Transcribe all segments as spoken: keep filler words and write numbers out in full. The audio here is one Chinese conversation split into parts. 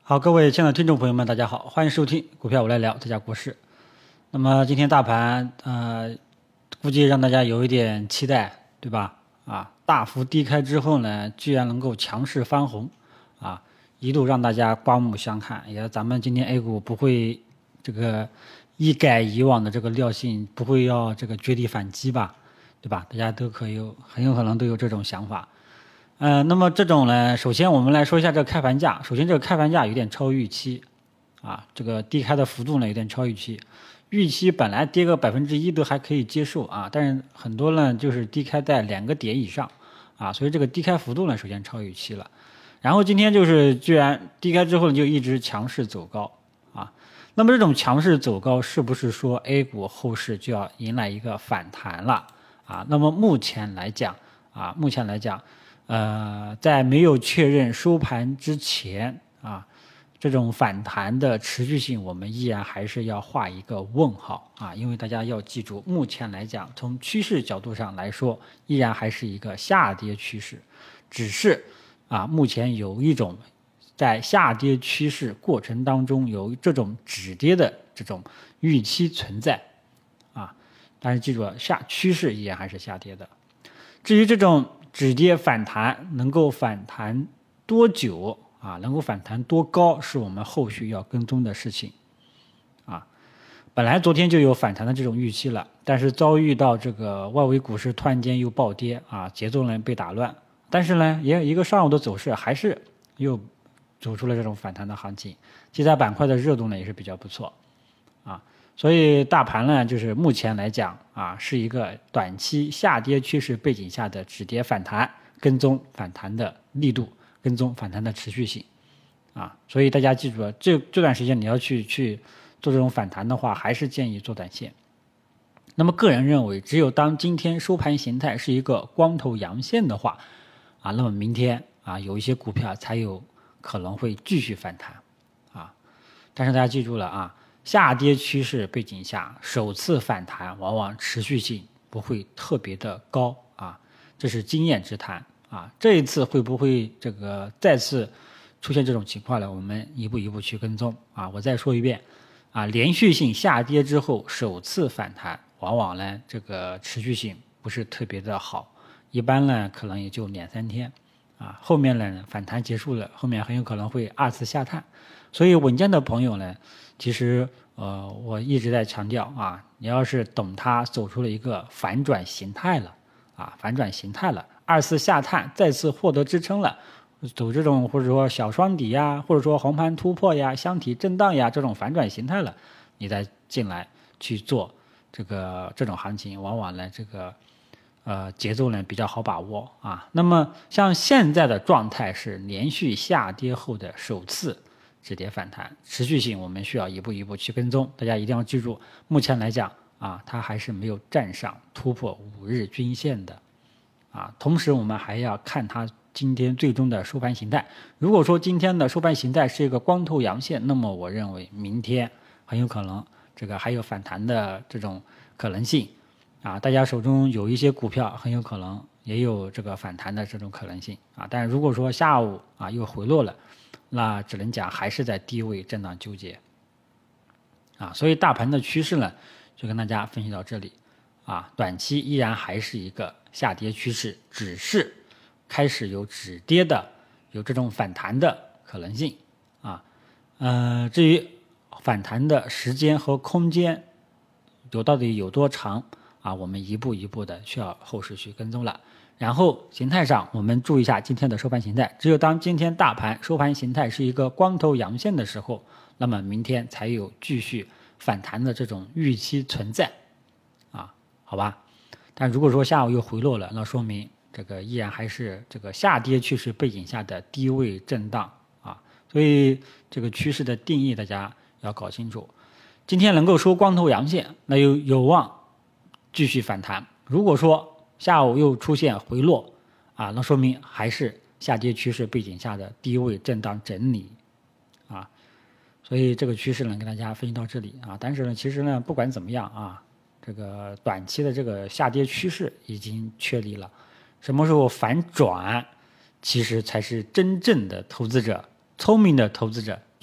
好，各位亲爱的听众朋友们，大家好，欢迎收听股票我来聊这家国事。那么今天大盘呃，估计让大家有一点期待，对吧？啊，大幅低开之后呢，居然能够强势翻红，啊，一度让大家刮目相看。也咱们今天 A 股不会这个一改以往的这个调性，不会要这个绝地反击吧，对吧？大家都可以有很有可能都有这种想法。呃，那么这种呢，首先我们来说一下这个开盘价。首先，这个开盘价有点超预期，啊，这个低开的幅度呢有点超预期。预期本来跌个百分之一都还可以接受啊，但是很多呢就是低开在两个点以上，啊，所以这个低开幅度呢首先超预期了。然后今天就是居然低开之后就一直强势走高啊。那么这种强势走高是不是说 A 股后市就要迎来一个反弹了啊？那么目前来讲啊，目前来讲。呃，在没有确认收盘之前啊，这种反弹的持续性，我们依然还是要画一个问号啊，因为大家要记住，目前来讲，从趋势角度上来说，依然还是一个下跌趋势，只是啊，目前有一种在下跌趋势过程当中有这种止跌的这种预期存在啊，但是记住了，下趋势依然还是下跌的。至于这种止跌反弹能够反弹多久啊？能够反弹多高，是我们后续要跟踪的事情啊。本来昨天就有反弹的这种预期了，但是遭遇到这个外围股市突然间又暴跌啊，节奏呢被打乱。但是呢，也有一个上午的走势还是又走出了这种反弹的行情，题材板块的热度呢也是比较不错啊。所以大盘呢，就是目前来讲啊，是一个短期下跌趋势背景下的止跌反弹，跟踪反弹的力度，跟踪反弹的持续性，啊，所以大家记住了，这这段时间你要去去做这种反弹的话，还是建议做短线。那么个人认为，只有当今天收盘形态是一个光头阳线的话，啊，那么明天啊有一些股票才有可能会继续反弹，啊，但是大家记住了啊。下跌趋势背景下，首次反弹往往持续性不会特别的高啊，这是经验之谈啊。这一次会不会这个再次出现这种情况呢？我们一步一步去跟踪啊。我再说一遍啊，连续性下跌之后首次反弹，往往呢这个持续性不是特别的好，一般呢可能也就两三天啊，后面呢反弹结束了，后面很有可能会二次下探。所以稳健的朋友呢，其实呃我一直在强调啊，你要是等它走出了一个反转形态了啊，反转形态了，二次下探再次获得支撑了，走这种或者说小双底呀，或者说红盘突破呀，箱体震荡呀，这种反转形态了，你再进来去做这个这种行情，往往呢这个呃节奏呢比较好把握啊。那么像现在的状态是连续下跌后的首次止跌反弹，持续性我们需要一步一步去跟踪。大家一定要记住，目前来讲啊，它还是没有站上突破五日均线的啊。同时，我们还要看它今天最终的收盘形态。如果说今天的收盘形态是一个光头阳线，那么我认为明天很有可能这个还有反弹的这种可能性啊。大家手中有一些股票，很有可能也有这个反弹的这种可能性啊。但是如果说下午啊又回落了，那只能讲还是在低位震荡纠结啊，所以大盘的趋势呢，就跟大家分析到这里啊，短期依然还是一个下跌趋势，只是开始有止跌的，有这种反弹的可能性啊。呃，至于反弹的时间和空间有到底有多长啊，我们一步一步的需要后市去跟踪了。然后形态上我们注意一下今天的收盘形态，只有当今天大盘收盘形态是一个光头阳线的时候，那么明天才有继续反弹的这种预期存在啊，好吧？但如果说下午又回落了，那说明这个依然还是这个下跌趋势背景下的低位震荡啊，所以这个趋势的定义大家要搞清楚。今天能够收光头阳线，那有有望继续反弹。如果说下午又出现回落啊，那说明还是下跌趋势背景下的低位震荡整理啊，所以这个趋势呢跟大家分析到这里啊。但是呢，其实呢不管怎么样啊，这个短期的这个下跌趋势已经确立了，什么时候反转，其实才是真正的投资者聪明的投资者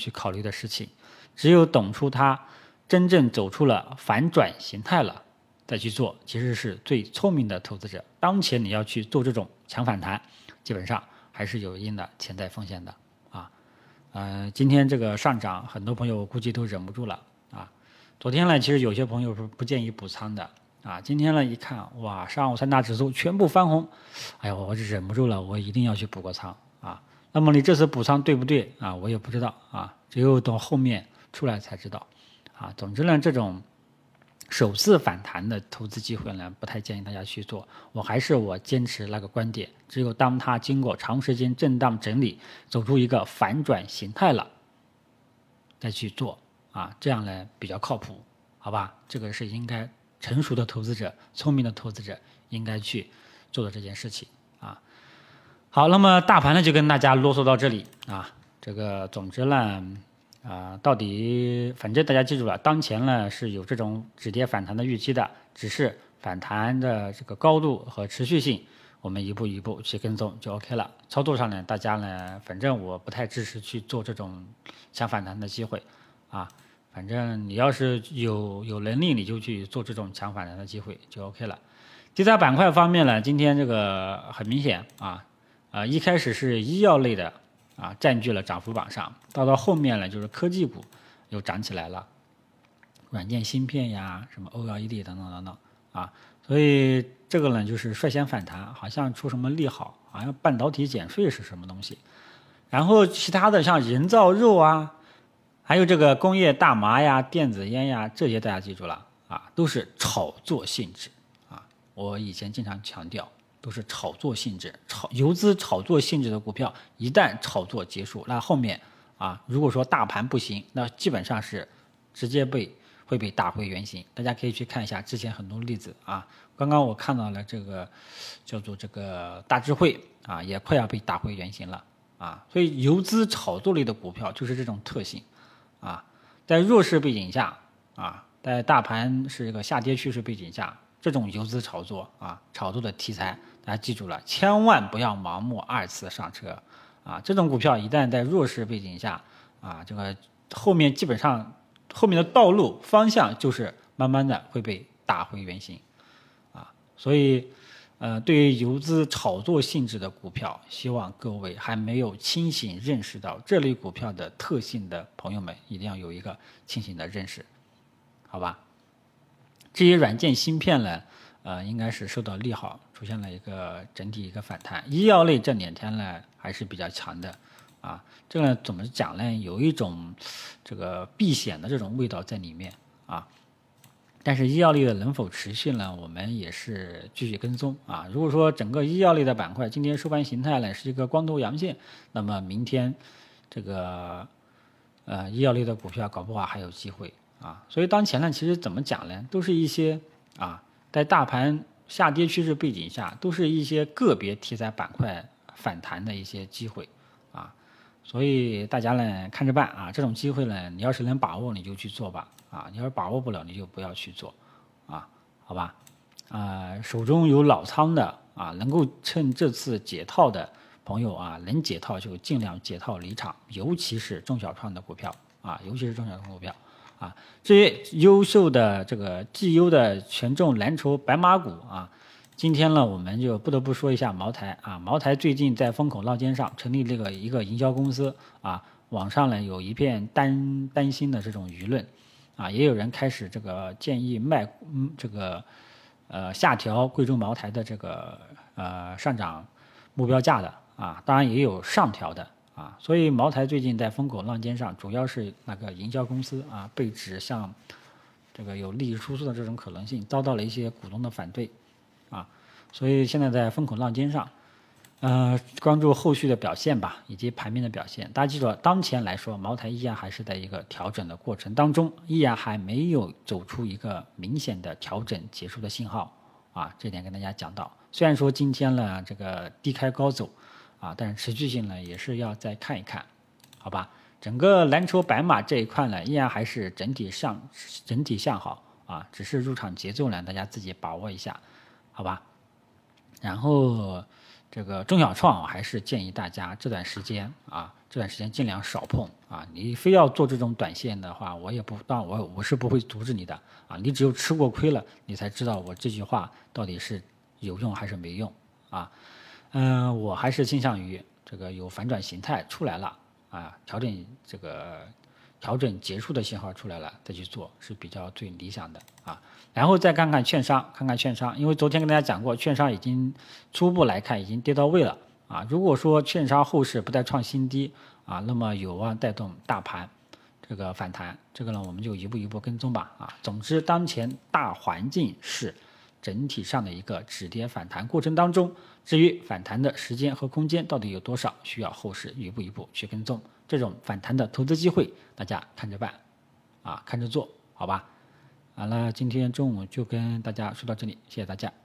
去考虑的事情。只有等出它真正走出了反转形态了，再去做，其实是最聪明的投资者。当前你要去做这种强反弹，基本上还是有一定的潜在风险的啊。呃，今天这个上涨，很多朋友估计都忍不住了啊。昨天呢，其实有些朋友是不建议补仓的啊。今天呢一看，哇，上午三大指数全部翻红，哎呦，我就忍不住了，我一定要去补个仓啊。那么你这次补仓对不对啊？我也不知道啊，只有等后面出来才知道啊。总之呢，这种首次反弹的投资机会呢，不太建议大家去做。我还是我坚持那个观点，只有当它经过长时间震荡整理，走出一个反转形态了，再去做啊，这样呢比较靠谱，好吧？这个是应该成熟的投资者、聪明的投资者应该去做的这件事情啊。好，那么大盘呢就跟大家啰嗦到这里啊。这个总之呢。啊、呃，到底反正大家记住了，当前呢是有这种止跌反弹的预期的，只是反弹的这个高度和持续性，我们一步一步去跟踪就 OK 了。操作上呢，大家呢，反正我不太支持去做这种强反弹的机会啊。反正你要是有有能力，你就去做这种强反弹的机会就 OK 了。第三板块方面呢，今天这个很明显啊，呃，一开始是医药类的。啊，占据了涨幅榜上，到到后面呢，就是科技股又涨起来了，软件芯片呀，什么 O L E D 等等等等啊，所以这个呢就是率先反弹，好像出什么利好，好像半导体减税是什么东西，然后其他的像人造肉啊，还有这个工业大麻呀、电子烟呀，这些大家记住了啊，都是炒作性质啊，我以前经常强调。都是炒作性质，炒游资炒作性质的股票，一旦炒作结束，那后面啊，如果说大盘不行，那基本上是直接被会被打回原形。大家可以去看一下之前很多例子啊。刚刚我看到了这个叫做这个大智慧啊，也快要被打回原形了啊。所以游资炒作类的股票就是这种特性啊，在弱势背景下啊，在大盘是一个下跌趋势背景下，这种游资炒作啊，炒作的题材。大家记住了，千万不要盲目二次上车啊！这种股票一旦在弱势背景下啊，这个后面基本上后面的道路方向就是慢慢的会被打回原形啊！所以，呃，对于游资炒作性质的股票，希望各位还没有清醒认识到这类股票的特性的朋友们，一定要有一个清醒的认识，好吧？至于软件芯片呢？呃，应该是受到利好，出现了一个整体一个反弹。医药类这两天呢还是比较强的，啊，这个怎么讲呢？有一种这个避险的这种味道在里面啊。但是医药类的能否持续呢？我们也是继续跟踪啊。如果说整个医药类的板块今天收盘形态呢是一个光头阳线，那么明天这个呃医药类的股票搞不好还有机会啊。所以当前呢，其实怎么讲呢？都是一些啊。在大盘下跌趋势背景下，都是一些个别题材板块反弹的一些机会啊，所以大家呢看着办啊，这种机会呢，你要是能把握，你就去做吧啊，你要是把握不了，你就不要去做啊，好吧？啊，手中有老仓的啊，能够趁这次解套的朋友啊，能解套就尽量解套离场，尤其是中小创的股票啊，尤其是中小创股票。啊，至于优秀的这个绩优的权重蓝筹白马股啊，今天呢我们就不得不说一下茅台啊。茅台最近在风口浪尖上成立这个一个营销公司啊，网上呢有一片担担心的这种舆论啊，也有人开始这个建议卖嗯这个呃下调贵州茅台的这个呃上涨目标价的啊，当然也有上调的。啊，所以茅台最近在风口浪尖上，主要是那个营销公司啊被指向这个有利益输出的这种可能性，遭到了一些股东的反对，啊，所以现在在风口浪尖上，呃，关注后续的表现吧，以及盘面的表现。大家记住，当前来说，茅台依然还是在一个调整的过程当中，依然还没有走出一个明显的调整结束的信号啊，这点跟大家讲到。虽然说今天呢这个低开高走。啊，但是持续性呢也是要再看一看，好吧？整个蓝筹白马这一块呢，依然还是整体上整体向好啊，只是入场节奏呢，大家自己把握一下，好吧？然后这个中小创，我还是建议大家这段时间啊， 这段时间尽量少碰啊。你非要做这种短线的话，我也不当我我是不会阻止你的啊。你只有吃过亏了，你才知道我这句话到底是有用还是没用啊。嗯、呃，我还是倾向于这个有反转形态出来了啊，调整这个调整结束的信号出来了再去做是比较最理想的啊。然后再看看券商，看看券商，因为昨天跟大家讲过，券商已经初步来看已经跌到位了啊。如果说券商后市不再创新低啊，那么有望带动大盘这个反弹，这个呢我们就一步一步跟踪吧啊。总之，当前大环境是整体上的一个止跌反弹过程当中，至于反弹的时间和空间到底有多少，需要后市一步一步去跟踪。这种反弹的投资机会，大家看着办啊，看着做，好吧？好了，今天中午就跟大家说到这里，谢谢大家。